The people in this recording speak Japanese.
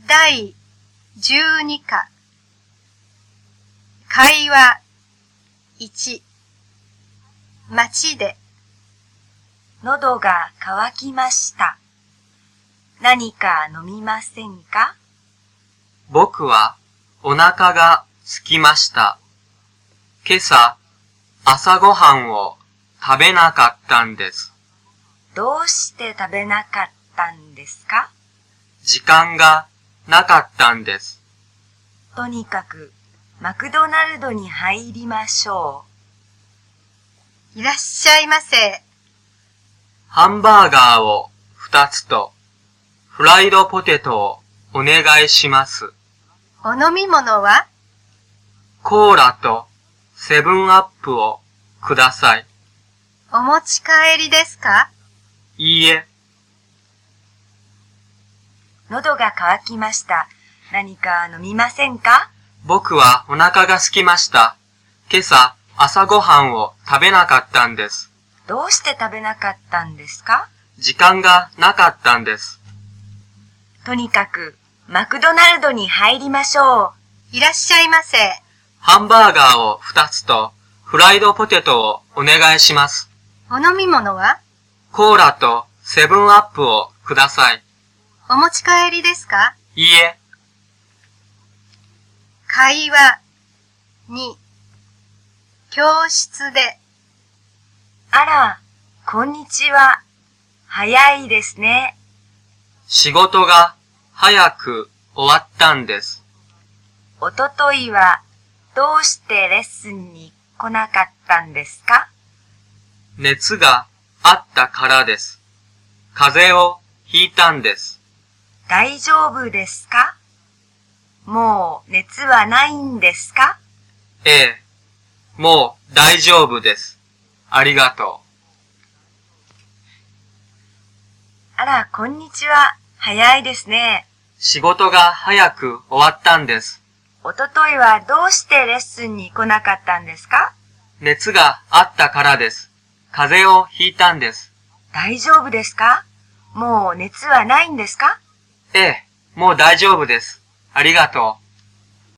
第12課会話1街で喉が渇きました。何か飲みませんか？ 僕はお腹が空きました。今朝朝ごはんを食べなかったんです。 どうして食べなかったんですか？ 時間がなかったんです。 とにかくマクドナルドに入りましょいらっしゃいませ。 ハンバーガーを2つとフライドポテトをお願いします。 お飲み物は？ コーラとセブンアップをください。 お持ち帰りですか？ いいえ。 喉が渇きました。何か飲みませんか？ 僕はお腹が空きました。今朝朝ごはんを食べなかったんです。 どうして食べなかったんですか？ 時間がなかったんです。 とにかくマクドナルドに入りましょいらっしゃいませ。 ハンバーガーを2つとフライドポテトをお願いします。 お飲み物は？ コーラとセブンアップをください。 お持ち帰りですか？ いいえ。 会話2教室でう。あら、こんにちは。早いですね。 仕事が早く終わったんです。 おとといはどうしてレッスンに来なかったんですか？ 熱があったからです。風邪をひいたんです。 大丈夫ですか？もう熱はないんですか？ ええ、もう大丈夫です。ありがとう。 あら、こんにちは。早いですね。 仕事が早く終わったんです。 おとといはどうしてレッスンに来なかったんですか？ 熱があったからです。風邪をひいたんです。 大丈夫ですか？もう熱はないんですか？ ええ、もう大丈夫です。ありがとう。